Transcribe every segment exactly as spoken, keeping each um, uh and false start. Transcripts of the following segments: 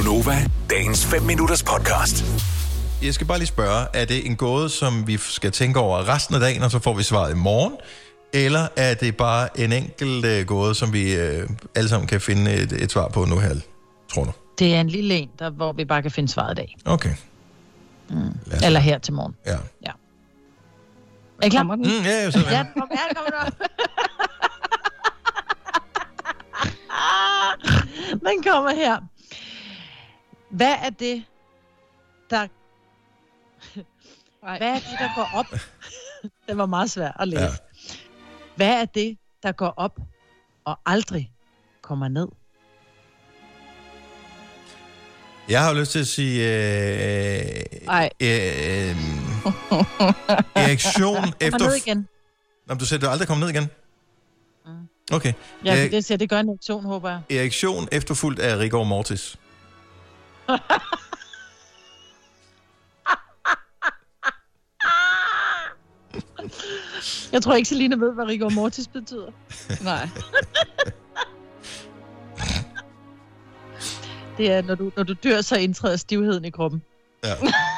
Gonova, dagens fem minutters podcast. Jeg skal bare lige spørge, er det en gåde, som vi skal tænke over resten af dagen, og så får vi svaret i morgen? Eller er det bare en enkelt uh, gåde, som vi uh, alle sammen kan finde et, et svar på nu her, tror du? Det er en lille en, der, hvor vi bare kan finde svaret i dag. Okay. Mm. Eller her til morgen. Ja. Ja. Er I klar? Mm, ja, jeg så ja, kom, ja, kom nu. Den kommer her. Hvad er det, der... Hvad er det, der går op? Det var meget svært at læse. Ja. Hvad er det, der går op og aldrig kommer ned? Jeg har jo lyst til at sige... Øh, Ej. Øh, øh, erektion efter... Kom ned igen. Nå, du siger, du aldrig kommer ned igen? Okay. Ja, øh, det siger, det gør en erektion, håber jeg. Erektion efterfulgt af rigor mortis. Jeg tror ikke, Selina ved, hvad rigor mortis betyder. Nej. Det er, når du, når du dør, så indtræder stivheden i kroppen. Ja.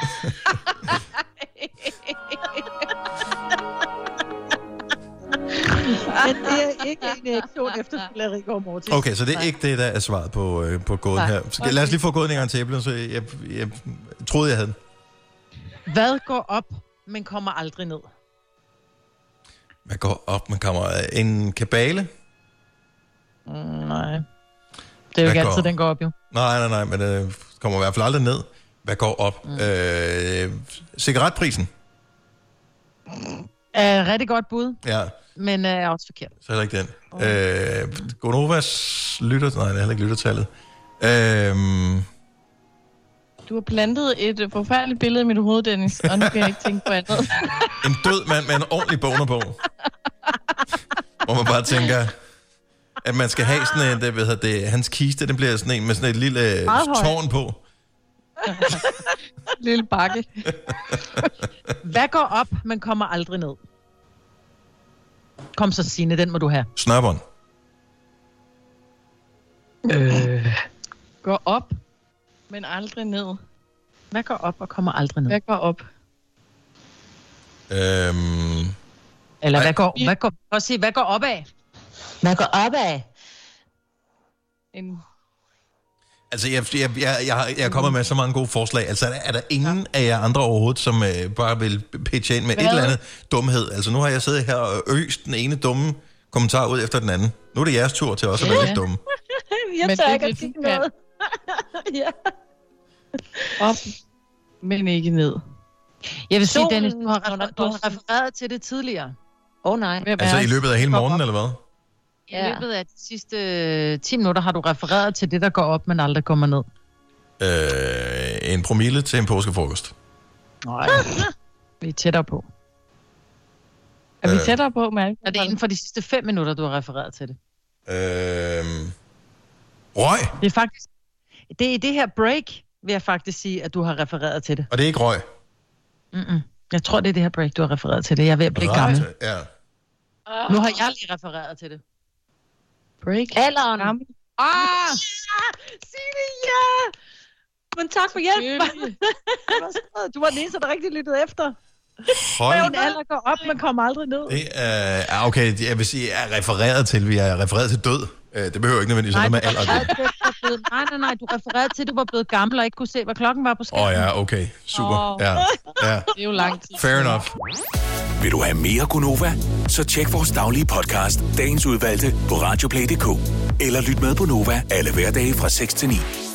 Men det er ikke en erektion efter rigor mortis. Okay, så det er Nej. ikke det, der er svaret på, øh, på gåden her. Så okay. Lad os lige få gåden en gang til æblen, så jeg, jeg, jeg troede, jeg havde den. Hvad går op, men kommer aldrig ned? Hvad går op, man kommer en kabale? Mm, nej. Det er jo ikke altid, den går op, jo. Nej, nej, nej, men det øh, kommer i hvert fald aldrig ned. Hvad går op? Mm. Øh, cigaretprisen? Uh, rigtig godt bud. Ja. Men er uh, også forkert. Så heller ikke den. Okay. Øh, Gonovas lytter... Nej, det er heller ikke lyttertallet. Øh, Du har plantet et forfærdeligt billede i mit hoved, Dennis, og nu kan jeg ikke tænke på andet. En død mand med en ordentlig boner på. Hvor man bare tænker, at man skal have sådan en, det, hvad hedder det, hans kiste, den bliver sådan en med sådan et lille tårn på. Lille bakke. Hvad går op, men kommer aldrig ned? Kom så, Signe, den må du have. Snørbånd. Øh. Går op, men aldrig ned. Hvad går op og kommer aldrig ned? Hvad går op? Øhm... Eller hvad går, hvad går, prøv at sige, hvad går op af? Hvad går op af? En... Altså, jeg, jeg, jeg, jeg, jeg er kommet med så mange gode forslag. Altså, er der, er der ingen ja. af jer andre overhovedet, som øh, bare vil pitche ind med hvad? et eller andet dumhed? Altså, nu har jeg siddet her og øst den ene dumme kommentar ud efter den anden. Nu er det jeres tur til også at være ja. lidt dumme. Jeg tager ikke at sige noget. Ja. Op, men ikke ned. Jeg vil sige, Dennis, du har, refer- du har refereret til det tidligere. Åh oh, nej. Altså i løbet af hele morgenen, eller hvad? I løbet af de sidste ti minutter har du refereret til det, der går op, men aldrig kommer ned. Øh, en promille til en påskefrokost. Nej, vi er tættere på. Er vi tættere på, Mærke? Er det inden for de sidste fem minutter, du har refereret til det? Øh, røg? Det er faktisk... Det er i det her break, vil jeg faktisk sige, at du har refereret til det. Og det er ikke røg? Mm-mm. Jeg tror, det er det her break, du har refereret til det. Jeg er ved at blive Ret. gammel. Ja. Nu har jeg lige refereret til det. Break? Alderen. Ah! Ja! Sig det, ja! Men tak for hjælp. Du var den eneste, der rigtig lyttede efter. Hold. En alder går op, men kommer aldrig ned. Det er, okay, jeg vil sige, jeg er refereret til, vi er refereret til død. Det behøver ikke nødvendigvis noget med alder. Nej, nej, nej, du refererede til, at du var blevet gammel og ikke kunne se, hvad klokken var på skærmen. Åh oh, ja, okay, super. Oh. Ja, ja. Det er jo langt. Fair enough. Vil du have mere Gonova? Så tjek vores daglige podcast, dagens udvalgte, på radioplay punktum d k. Eller lyt med på Nova alle hverdage fra seks til ni.